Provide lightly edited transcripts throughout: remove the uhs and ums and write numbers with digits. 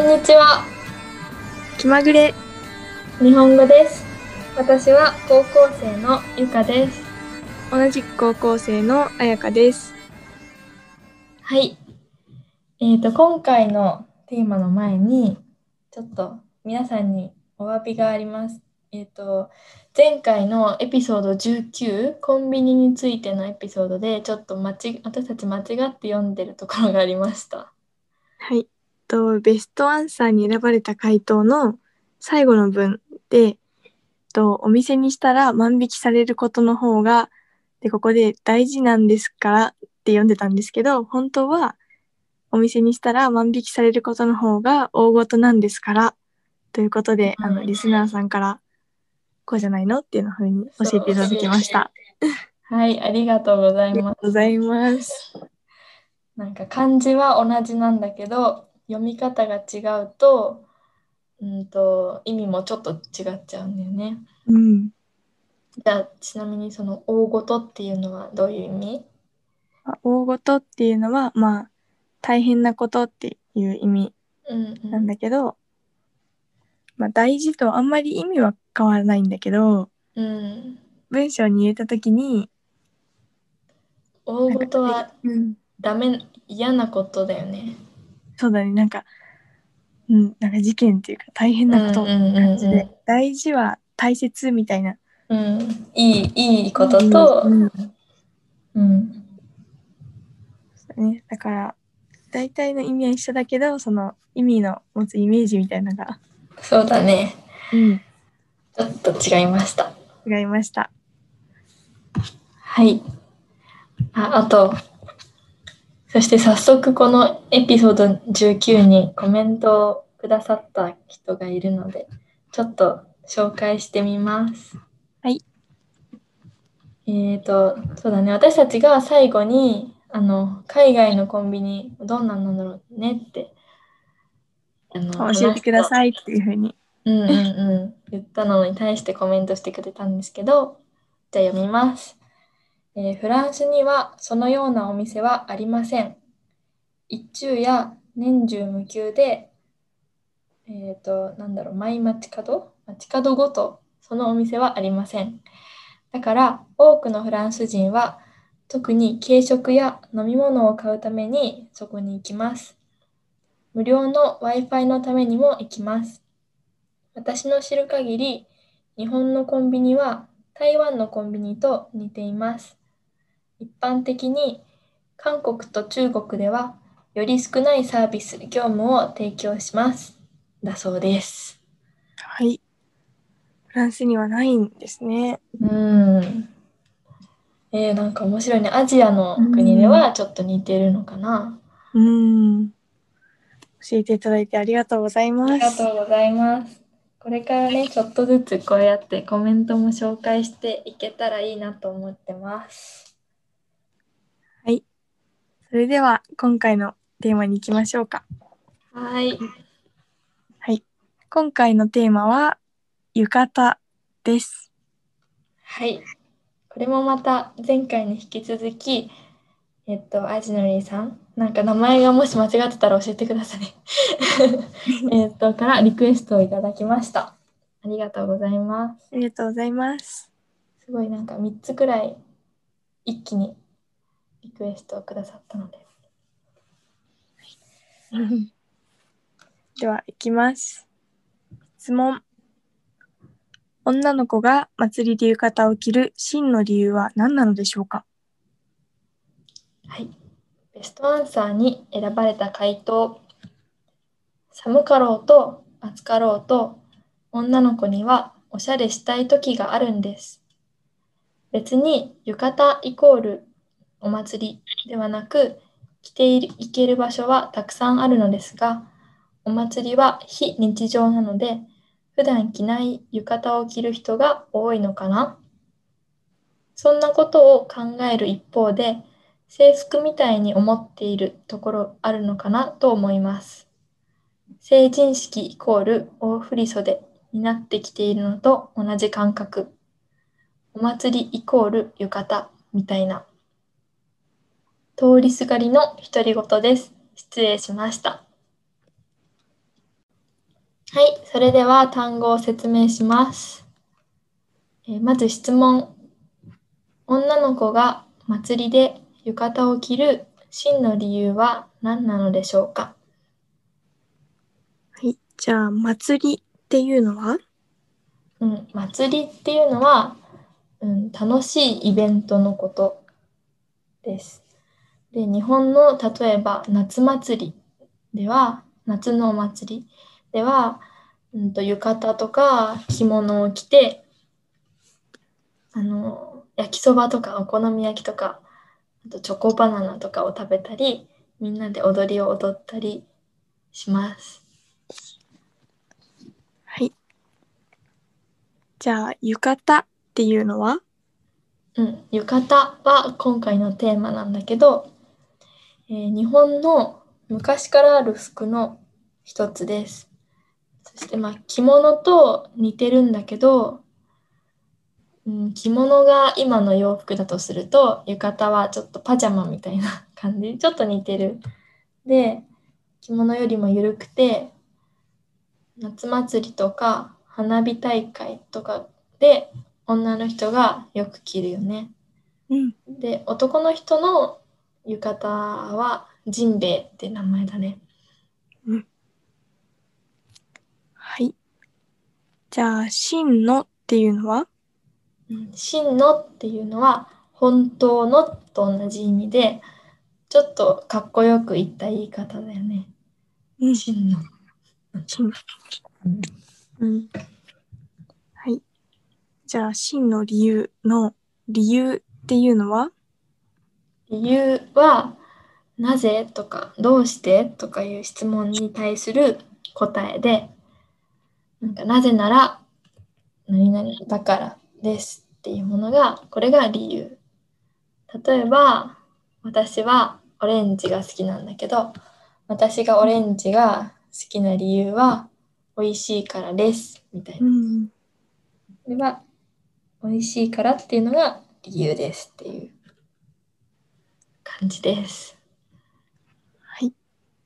んにちは。 気まぐれ日本語です。私は高校生のゆかです。 同じく高校生のあやかです。 はい。今回のテーマの前に、ちょっと皆さんにお詫びがあります。前回のエピソード19、コンビニについてのエピソードで、ちょっと私たち間違って読んでるところがありました。 はい。ベストアンサーに選ばれた回答の最後の文で、お店にしたら万引きされることの方が、で、ここで大事なんですからって読んでたんですけど、本当はお店にしたら万引きされることの方が大事なんですから、ということで、リスナーさんからこうじゃないのっていうふうに教えていただきました。 はい、ありがとうございます。 ありがとうございます。 なんか漢字は同じなんだけど、読み方が違うと、意味もちょっと違っちゃうんだよね。 うん。 じゃあ、ちなみにその大事っていうのはどういう意味？ 大事っていうのは、大変なことっていう意味なんだけど、大事とあんまり意味は変わらないんだけど、文章に入れたときに、 大事はダメ、嫌なことだよね。 そうだね、なんか事件っていうか大変なことって感じで、大事は大切みたいな。 いいことと、 だから、大体の意味は一緒だけど、その意味の持つイメージみたいなのが。 そうだね。ちょっと違いました。 違いました。 はい。あと、そして早速このエピソード19にコメントをくださった人がいるので、ちょっと紹介してみます。 はい。 そうだね。私たちが最後に、海外のコンビニどんなんなんだろうねって、 教えてくださいっていうふうに。 言ったのに対してコメントしてくれたんですけど、じゃあ読みます。フランスにはそのようなお店はありません。一昼や年中無休で、毎街角ごと、そのお店はありません。だから、多くのフランス人は、特に軽食や飲み物を買うためにそこに行きます。無料の Wi-Fi のためにも行きます。私の知る限り、日本のコンビニは台湾のコンビニと似ています。一般的に、韓国と中国では、より少ないサービス、業務を提供します。だそうです。 はい。フランスにはないんですね。 なんか面白いね。アジアの国ではちょっと似てるのかな。 教えていただいてありがとうございます。 ありがとうございます。これからね、ちょっとずつこうやってコメントも紹介していけたらいいなと思ってます。 はい。それでは今回のテーマに行きましょうか。 はい。 はい。今回のテーマは浴衣です。 はい。これもまた前回に引き続き、アジノリーさん、なんか名前がもし間違ってたら教えてください。からリクエストをいただきました。ありがとうございます。 ありがとうございます。 すごいなんか3つくらい一気にリクエストをくださったので。 では、いきます。質問。女の子が祭りで浴衣を着る真の理由は何なのでしょうか？ はい。ベストアンサーに選ばれた回答。寒かろうと暑かろうと、女の子にはおしゃれしたい時があるんです。別に浴衣イコールお祭りではなく、着ていける場所はたくさんあるのですが、お祭りは非日常なので、普段着ない浴衣を着る人が多いのかな。そんなことを考える一方で、制服みたいに思っているところあるのかなと思います。成人式イコール大振袖になってきているのと同じ感覚。お祭りイコール浴衣みたいな。通りすがりの独り言です。失礼しました。 はい、それでは単語を説明します。まず質問。女の子が祭りで浴衣を着る真の理由は何なのでしょうか？ はい。じゃあ、祭りっていうのは？ 祭りっていうのは、楽しいイベントのことです。で、日本の例えば夏祭りでは、夏のお祭りでは、浴衣とか着物を着て、焼きそばとかお好み焼きとか、あとチョコバナナとかを食べたり、みんなで踊りを踊ったりします。 はい。じゃあ、浴衣っていうのは？ 浴衣は今回のテーマなんだけど、日本の昔からある服の一つです。そして着物と似てるんだけど、着物が今の洋服だとすると、浴衣はちょっとパジャマみたいな感じ、ちょっと似てる。で、着物よりも緩くて、夏祭りとか花火大会とかで女の人がよく着るよね。 うん。 で、男の人の浴衣はジンベエって名前だね。 うん。はい。じゃあ、真のっていうのは？ 真のっていうのは本当のと同じ意味で、ちょっとかっこよく言った言い方だよね。 うん。 真の。 真。うん。はい。じゃあ、真の理由の理由っていうのは？ 理由は、なぜとかどうしてとかいう質問に対する答えで、なぜなら何々だからですっていうものが、これが理由。例えば、私はオレンジが好きなんだけど、私がオレンジが好きな理由は美味しいからです。みたいな。 うん。 これは美味しいからっていうのが理由ですっていう感じです。 はい。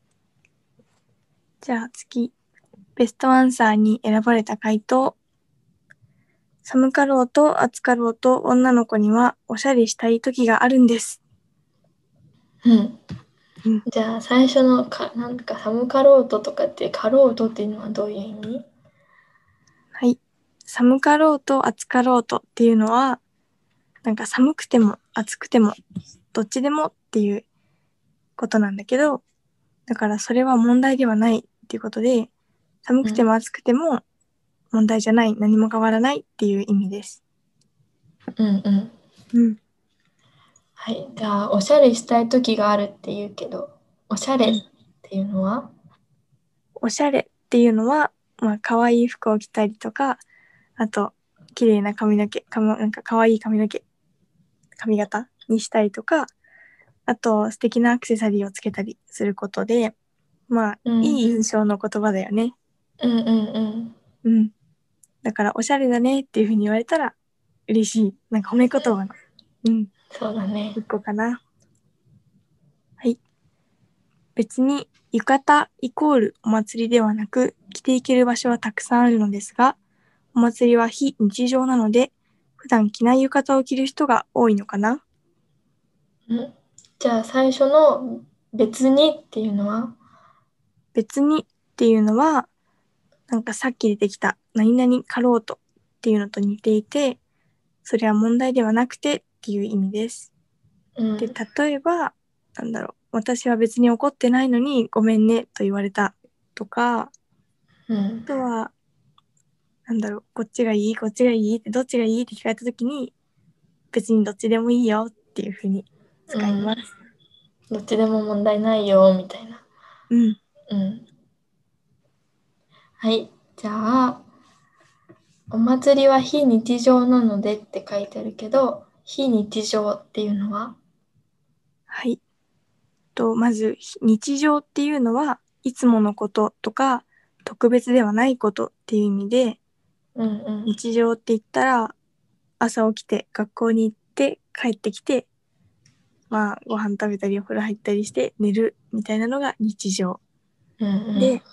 じゃあ次。ベストアンサーに選ばれた回答。寒かろうと暑かろうと女の子にはおしゃれしたい時があるんです。 うん。 うん。 じゃあ最初のなんか寒かろうととかってかろうとっていうのはどういう意味？ はい。寒かろうと暑かろうとっていうのは、なんか寒くても暑くてもどっちでもっていうことなんだけど、だからそれは問題ではないっていうことで、寒くても暑くても問題じゃない、何も変わらないっていう意味です。 うんうん。 うん。 はい。じゃあ、おしゃれしたい時があるって言うけど、おしゃれっうん。 ていうのは？ おしゃれっていうのは、まあ可愛い服を着たりとか、あと綺麗な髪の毛、なんか可愛い髪の毛、髪型にしたりとか、あと素敵なアクセサリーをつけたりすることで、まあうん。 いい印象の言葉だよね。 うんうんうん。 うん。だからおしゃれだねっていうふうに言われたら嬉しい。なんか褒め言葉の、うん、 そうだね。 一個かな。はい。別に浴衣イコールお祭りではなく、着ていける場所はたくさんあるのですが、お祭りは非日常なので、普段着ない浴衣を着る人が多いのかな。 うん。じゃあ、最初の別にっていうのは？ 別にっていうのは、なんかさっき出てきた何々かろうとっていうのと似ていて、それは問題ではなくてっていう意味です。で、 うん。 例えば、なんだろう、私は別に怒ってないのにごめんねと言われたとか、あうん。 とは、なんだろう、こっちがいい、こっちがいいって、どっちがいいって聞かれたときに、別にどっちでもいいよっていうふうにうん。 使います。 どっちでも問題ないよ、みたいな。 うん。 うん。はい。じゃあ、お祭りは非日常なのでって書いてあるけど、非日常っていうのは？ はい。まず、日常っていうのは、いつものこととか、特別ではないことっていう意味で、 うんうん。 日常って言ったら、朝起きて学校に行って帰ってきて、まあ、ご飯食べたりお風呂入ったりして寝るみたいなのが日常。 うんうで、 ん。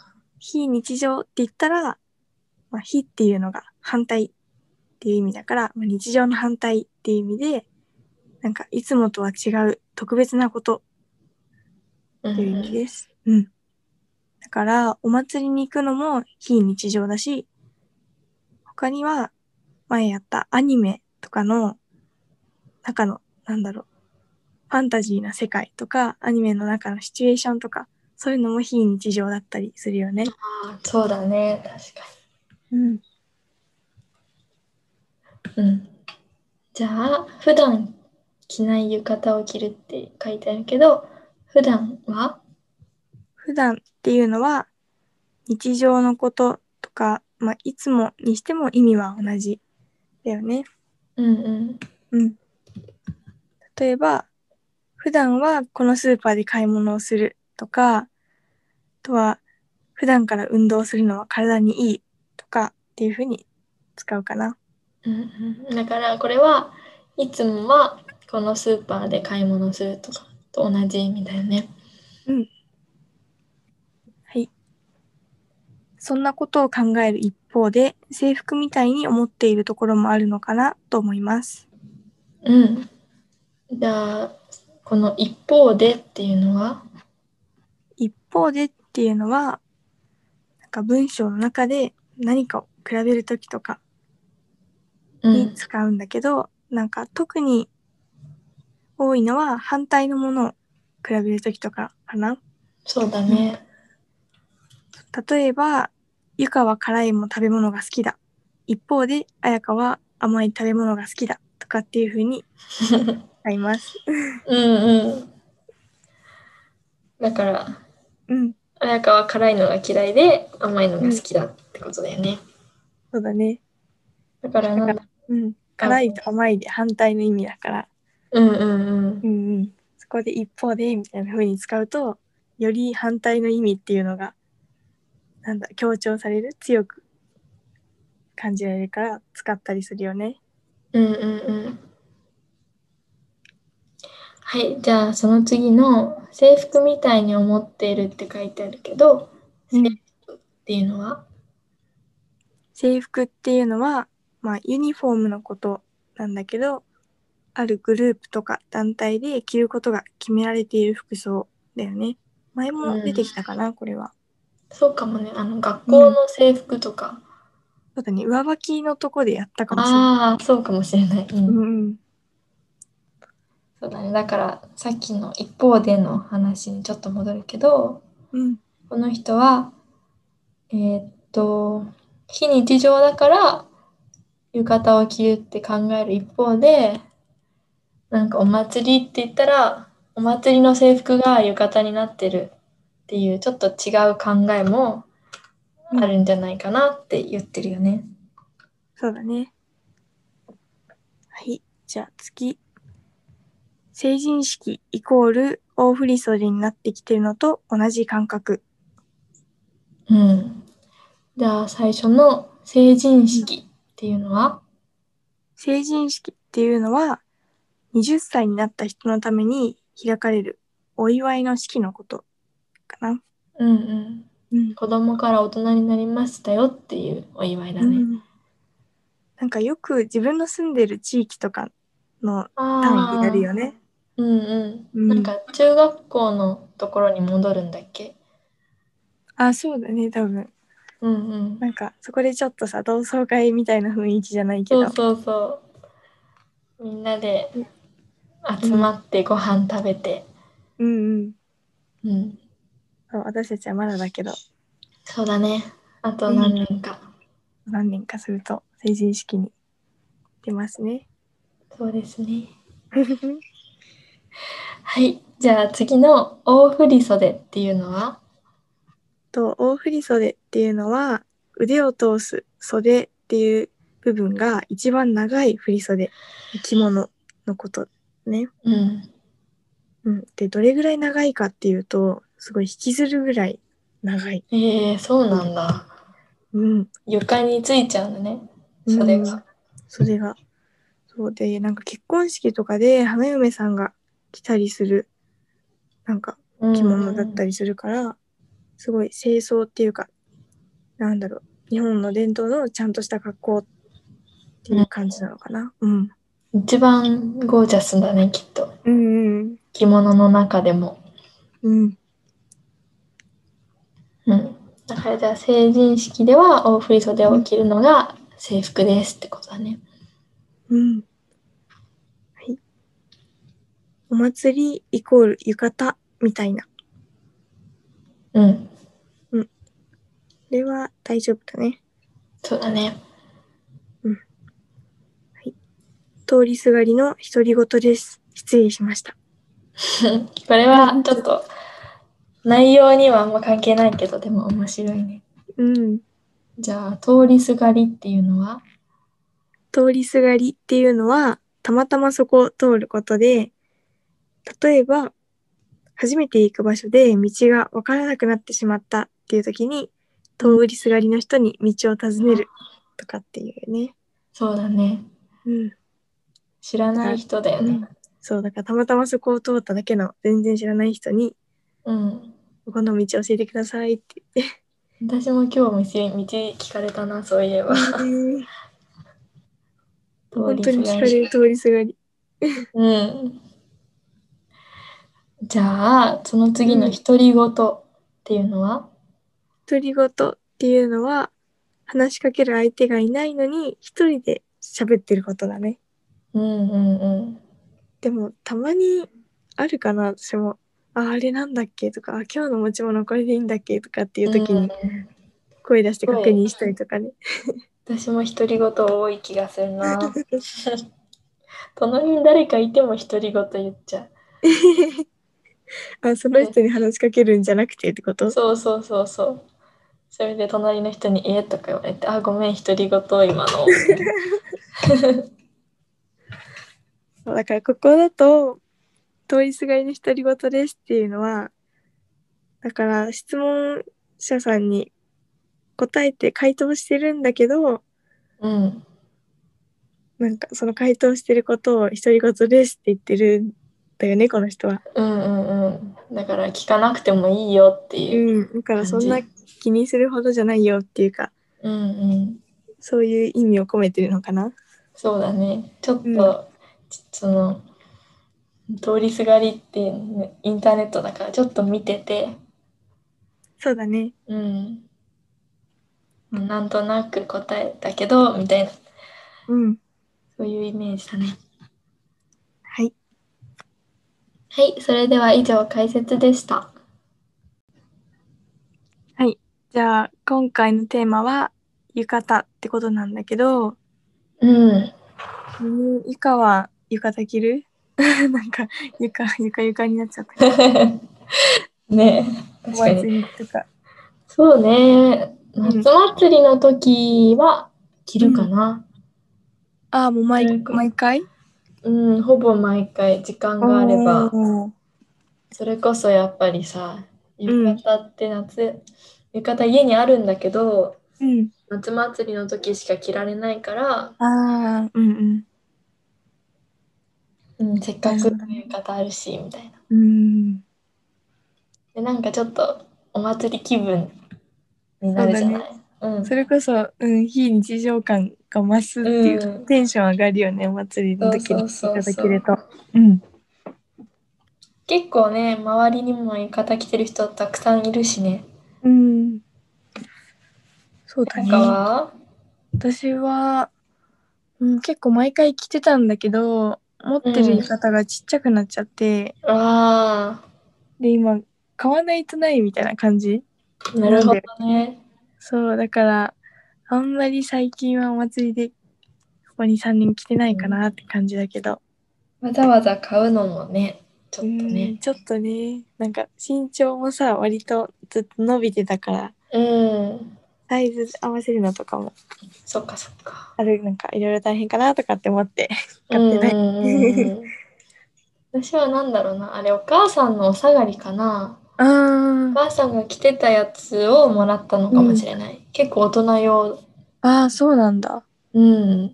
非日常って言ったら、非っていうのが反対っていう意味だから、日常の反対っていう意味で、なんかいつもとは違う特別なことっていう意味です。だからお祭りに行くのも非日常だし、他には前やったアニメとかの中のファンタジーな世界とかアニメの中のシチュエーションとかそういうのも非日常だったりするよね。 そうだね、確かに。じゃあ、普段着ない浴衣を着るって書いてあるけど、普段は普段っていうのは日常のこととか、いつもにしても意味は同じだよね。例えば、普段はこのスーパーで買い物をするとか、あとは普段から運動するのは体にいいとかっていうふうに使うかな。 だからこれはいつもはこのスーパーで買い物するとかと同じ意味だよね。 はい。そんなことを考える一方で、制服みたいに思っているところもあるのかなと思います。 じゃあ、この一方でっていうのは一方でっていうのは、なんか文章の中で何かを比べるときとかに使うんだけど、なんか特に多いのは反対のものを比べるときとかかな。 そうだね。 例えば、ゆかは辛い食べ物が好きだ。一方で、あやかは甘い食べ物が好きだ。とかっていう風に使います。 だから、あやかは辛いのが嫌いで甘いのが好きだってことだよね。 そうだね。 だから辛いと甘いで反対の意味だから。そこで一方でみたいな風に使うと、より反対の意味っていうのが、強調される、強く感じられるから使ったりするよね。 はい、じゃあその次の制服みたいに思っているって書いてあるけど、制服っていうのは制服っていうのは、ユニフォームのことなんだけど、あるグループとか団体で着ることが決められている服装だよね。前も出てきたかな、これは。 そうかもね。学校の制服とか。 そうだね。上履きのとこでやったかもしれない。 ああ、そうかもしれない。そうだね。だから、さっきの一方での話にちょっと戻るけど、この人は、非日常だから浴衣を着るって考える一方で、なんかお祭りって言ったら、お祭りの制服が浴衣になってるっていうちょっと違う考えもあるんじゃないかなって言ってるよね。 そうだね。はい。じゃあ次。成人式イコール大振袖になってきてるのと同じ感覚。 じゃあ最初の成人式っていうのは、 成人式っていうのは20歳になった人のために開かれるお祝いの式のことかな。 子供から大人になりましたよっていうお祝いだね。 なんかよく自分の住んでる地域とかの単位でやるよね。 なんか中学校のところに戻るんだっけ？ そうだね、多分。なんかそこでちょっとさ、同窓会みたいな雰囲気じゃないけど。 そう。みんなで集まってご飯食べて。 私たちはまだだけど。 そうだね。あと何年か。 何年かすると成人式に出ますね。 そうですね。はい。じゃあ次の大振袖っていうのは大振袖っていうのは腕を通す袖っていう部分が一番長い振袖、着物のことね。で、どれぐらい長いかっていうと、すごい引きずるぐらい長い。 そうなんだ。床についちゃうんだね。袖が。 袖が。そうで、なんか結婚式とかで花嫁さんが着たりする、なんか着物だったりするから、すごい清装っていうか、 なんだろう、日本の伝統のちゃんとした格好っていう感じなのかな。うん。 一番ゴージャスだね、きっと。 うんうん。 着物の中でも。 うん。 うん。だからじゃあ成人式では大振袖を着るのが制服ですってことだね。 うん。はい。お祭りイコール浴衣みたいな。 うん。 うん。これは大丈夫だね。 そうだね。 うん。はい。通りすがりの独り言です。失礼しました。 これはちょっと内容にはあんま関係ないけど、でも面白いね。 うん。 じゃあ、通りすがりっていうのは？ 通りすがりっていうのは、たまたまそこを通ることで、例えば、初めて行く場所で道が分からなくなってしまったっていう時に、通りすがりの人に道を尋ねるとかっていうね。 そうだね。 うん。 知らないだから、 人だよね。 うん。そう、だからたまたまそこを通っただけの全然知らない人に、 うん。 この道教えてくださいって言って。 私も今日道聞かれたな、そういえば。通本当りすがり。 に聞かれる通りすがり。 うん。じゃあ、その次のうん。 独り言っていうのは？ 独り言っていうのは、話しかける相手がいないのに、一人で喋ってることだね。 うんうんうん。 でも、たまにあるかな、私も。あれなんだっけとか、今日の持ち物これでいいんだっけとかっていううん。 時に声出してすごい。 確認したりとかね。 私も独り言多い気がするな。隣に誰かいても独り言言っちゃあ、そのう。 人に話しかけるんじゃなくてってこと？ そうそうそうそう。それで隣の人にとか言われて、あ、ごめん、独り言今の、みたいな。 だからここだと、通りすがりの独り言ですっていうのは、だから質問者さんに答えて回答してるんだけど、 うん。 なんかその回答してることを独り言ですって言ってるんだよね、この人は。 うんうんうん。だから聞かなくてもいいよっていううん。だからそんな感じ。 気にするほどじゃないよっていうか、 うんうん。 そういう意味を込めてるのかな。 そうだね。ちょっうん。 と、その、通りすがりってねインターネットだからちょっと見てて、 そうだね。 うん。なんとなく答えたけど、みたいな、 うん。 そういうイメージだね。 はい。 はい、それでは以上解説でした。 はい。じゃあ、今回のテーマは、浴衣ってことなんだけど、 うん。 ゆかは浴衣着る？なんか、ゆかになっちゃったけど。 ねえ、 お確かに。 祭りとか。 そうね。夏うん。 祭りの時は着るかうん。 な。 ああ、もう毎回。 うん、ほぼ毎回時間おがあれば、 ー。 それこそやっぱりさ、浴うん。 衣って浴衣家にあるんだけど、 うん。 夏祭りの時しか着られないから、 ああ、うんうん。 うん、せっかくなるほどね。 浴衣あるし、みたいな。 うん。 で、なんかちょっとお祭り気分になそうだね。 るじゃない。うん。 それこそ、うん、非日常感が増すっうていうか、 ん。 テンション上がるよね、お祭りのそう時にいそうそうそう。 ただけると。うん。 結構ね、周りにも浴衣着てる人たくさんいるしね。 うん。そうだなんかね。 は私は、うん、結構毎回着てたんだけど、持ってるうん。 浴衣がちっちゃくなっちゃって、 あで、今、買わないとないみたいな感じあ、なるほなんで、 どね。 そう、だから、あんまり最近はお祭りで、ここに3人来てないかうん、 なって感じだけど、 わざわざ買うのもね、ちょっとね。 ちょっとね、なんか身長もさ、割とずっと伸びてたから、 うん。 サイズ合わせるのとかも、 そっかそっか。 なんかいろいろ大変かなとかって思ってうん買ってない。 うんうんうん。私はなんだろうな。あれ、お母さんのお下がりかな。 あー、 お母さんが着てたやつをもらったのかもうん。 しれない。結構大人用。 ああ、そうなんだ。 うん。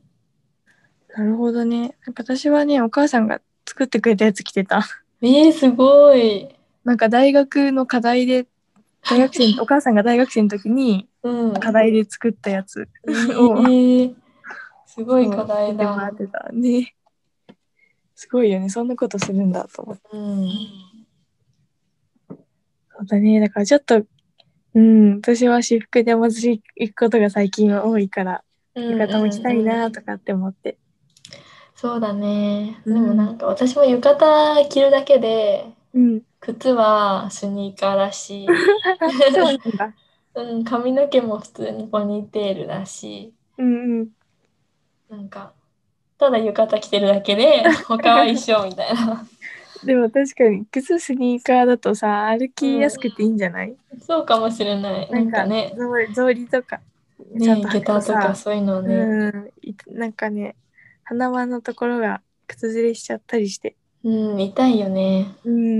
なるほどね。なんか私はね、お母さんが作ってくれたやつ着てた。 すごい。 なんか大学の課題でお母さんが大学生の時に課題で作ったやつを、 すごい課そう見てもら題だ。 ってたね。すごいよね。そんなことするんだと思って。そうだね。だからちょっと、私は私服でお祭り行くことが最近は多いから、浴衣も着たいなとかって思って。 そうだね。でもなんか私も浴衣着るだけで、靴はスニーカーだし、 そうなんだ。 髪の毛も普通にポニーテールだし、なんか、ただ浴衣着てるだけで、他は一緒みたいな。 でも確かに靴スニーカーだとさ、歩きやすくていいんじゃない？ そうかもしれない。なんかね、 草履とかちゃんと履下くとさ、 駄とかそういうのはね、 なんかね、鼻輪のところが靴ずれしちゃったりして。 痛いよね。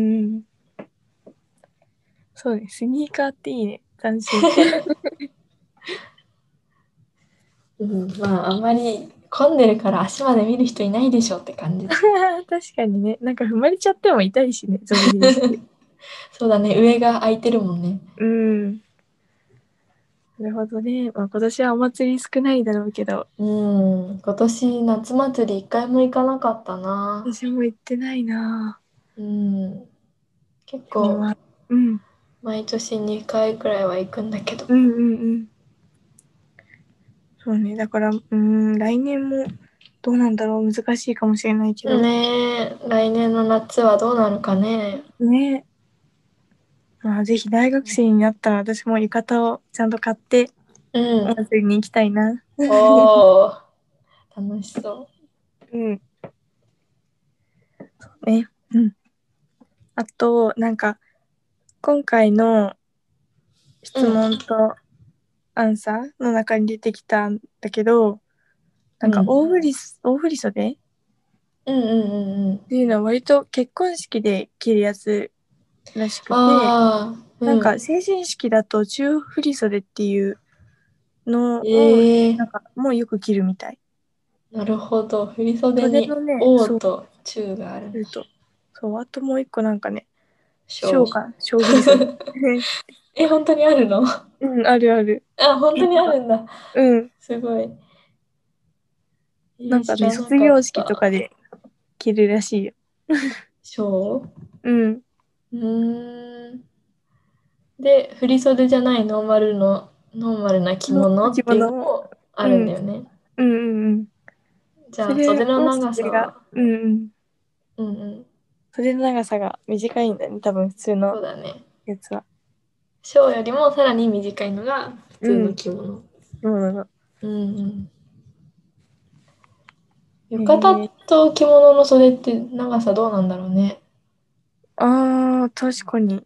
そうね、スニーカーっていいね、斬新。 まあ、あんまり混んでるから足まで見る人いないでしょって感じ。 確かにね、なんか踏まれちゃっても痛いしね、草履にして。 そうだね、上が空いてるもんね。 なるほどね。まあ今年はお祭り少ないだろうけど。 今年夏祭り一回も行かなかったな。 私も行ってないな。 結構、 うん。 毎年2回くらいは行くんだけど。 そうね、だから、来年もどうなんだろう、難しいかもしれないけど。 ねえ、来年の夏はどうなるかね。 ね。まあぜひ大学生になったら私も浴衣をちゃんと買ってお祭りに行きたいな。 おー、楽しそう。 ね。あと、なんか、今回の質問とアンサーの中に出てきたんだけど、なんか大振り袖っていうのは割と結婚式で着るやつらしくて、なんか成人式だと中振り袖っていうのを、なんかもうよく着るみたい。 なるほど。振り袖に O と中がある。 そう、あともう一個なんかね、 小振り袖。 本当にあるの？ あるある。 あ、本当にあるんだ。すごい。 なんかね、 知らな卒業かった。 式とかで着るらしいよ。 小で、振り袖じゃないノーマルな着物っていうのもあるんだよね。じゃあ、袖の長さは、 袖の長さが短いんだね、多分普通のそうだね。 やつは。 小よりもさらに短いのが普通の着物。浴衣と着物の袖って長さどうなんだろうね。 確かに。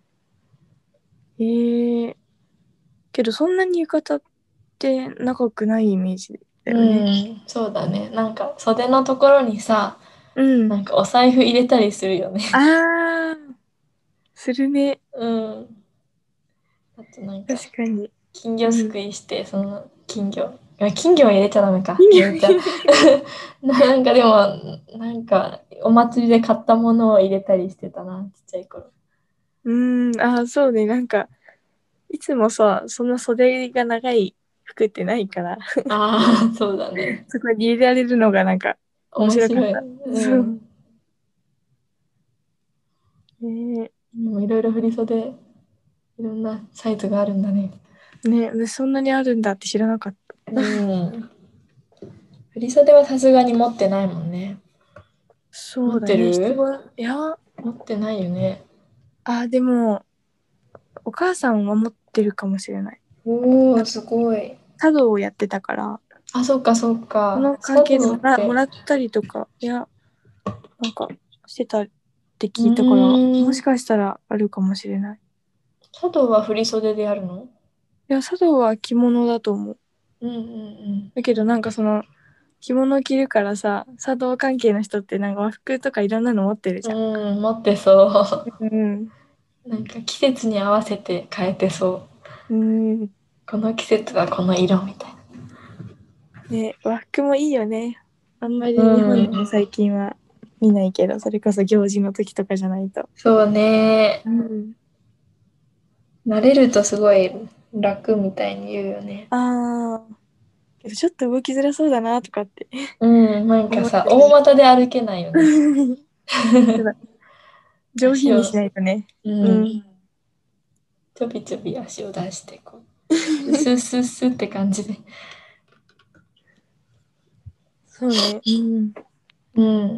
けどそんなに浴衣って長くないイメージだよね。 そうだね。なんか袖のところにさ、なんかお財布入れたりするよね。 するね。 あとなんか、 確かに。 金魚すくいして、その金魚は入れちゃダメか。入れちゃう。なんかでも、なんか、お祭りで買ったものを入れたりしてたな、ちっちゃい頃。 そうね。なんか、いつもさ、そんな袖が長い服ってないから、 そうだね。 そこに入れられるのがなんか面面白い。 白かった。 いろいろ振り袖、いろんなサイズがあるんだね。 ね、そんなにあるんだって知らなかった。 振り袖はさすがに持ってないもんね。 そうだね。いや、 持ってないよね。 でも、お母さんは持ってるかもしれない。 すごい。 茶道をやってたから、 そっかそっか。 その関係でもらったりとか、なんかしてたって聞いたから、もしかしたらあるかもしれない。 茶道は振り袖でやるの？ いや、茶道は着物だと思う。だけどなんかその、着物着るからさ、茶道関係の人ってなんか和服とかいろんなの持ってるじゃん。 持ってそう。なんか季節に合わせて変えてそう。この季節はこの色みたいな。 ね、和服もいいよね。あんまり日本でも最近は見ないけど、それこそ行事の時とかじゃないと。 そうね。 慣れるとすごい楽みたいに言うよね。 ああ、けどちょっと動きづらそうだなとかってうん、なんかさ、 思ったりする。 大股で歩けないよね。 ただ上品にし足を、 ないとね。 うん、 うん。 ちょびちょび足を出して、こう、スッスッスッって感じで。 そうね。うん。 うん、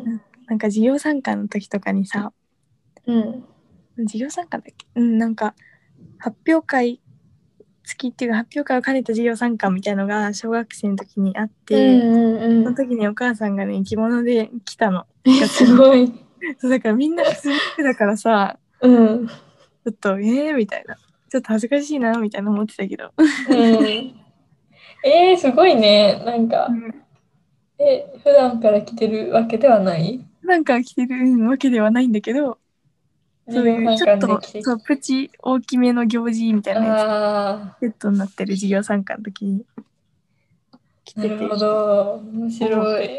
なんか授業参観の時とかにさ、 うん、 授業参観だっけ、うん、なんか発表会付きっていうか発表会を兼ねた授業参観みたいのが小学生の時にあっうん、 て、そのうん、 時にお母さんがね、着物で来たの。 うん。 学校に。 すごい。 そうだからみんな普通の服だからさ、 うん、 ちょっと、みたいな。ちょっと恥ずかしいな、みたいな思ってたけど。 うん。すごいね。なんか、 うん、 普段から着てるわけではない？ なんか着てるわけではないんだけど、 授そういう業参観でちょっと、 着てきそう、プチ大きめの行事みたいた。 なやつ、 あセットになってる授業参観の時に着あ、なてて、 るほど。面おお。 白い。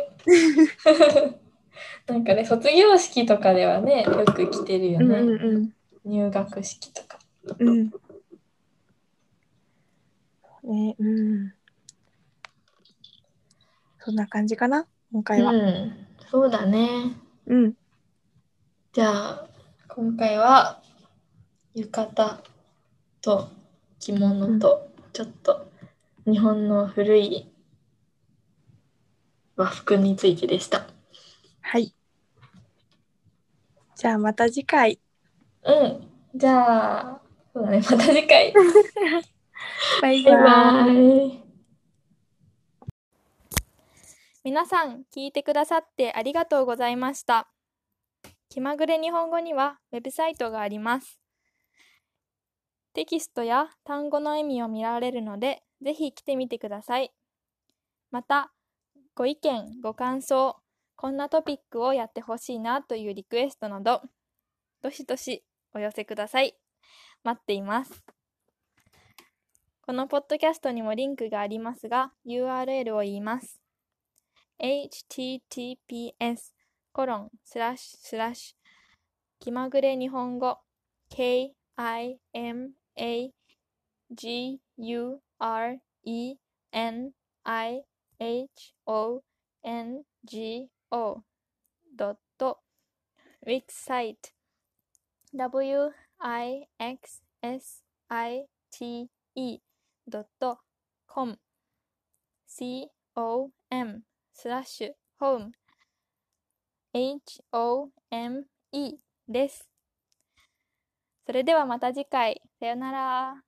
なんかね、卒業式とかではね、よく着てるようんね。 うん入学式とか。 うん。うん。ね、うん。そんな感じかな、今回は。 うん、そうだね。 うん。 じゃあ、今回は浴衣と着物うん。 とちょっと日本の古い和服についてでした。 はい。じゃあまた次回。 うん。じゃあ、そうだね。また次回。 バイバイバーイ。 バイ。皆さん聞いてくださってありがとうございました。気まぐれ日本語にはウェブサイトがあります。テキストや単語の意味を見られるので、ぜひ来てみてください。また、ご意見、ご感想、こんなトピックをやってほしいなというリクエストなど、どしどしお寄せください。待っています。このポッドキャストにもリンクがありますが、URL を言います。https コロンスラッシュスラッシュ気まぐれ日本語 kimagurenihongo.wixsite wixsite.com com スラッシュホーム HOME です。それではまた次回。さよなら。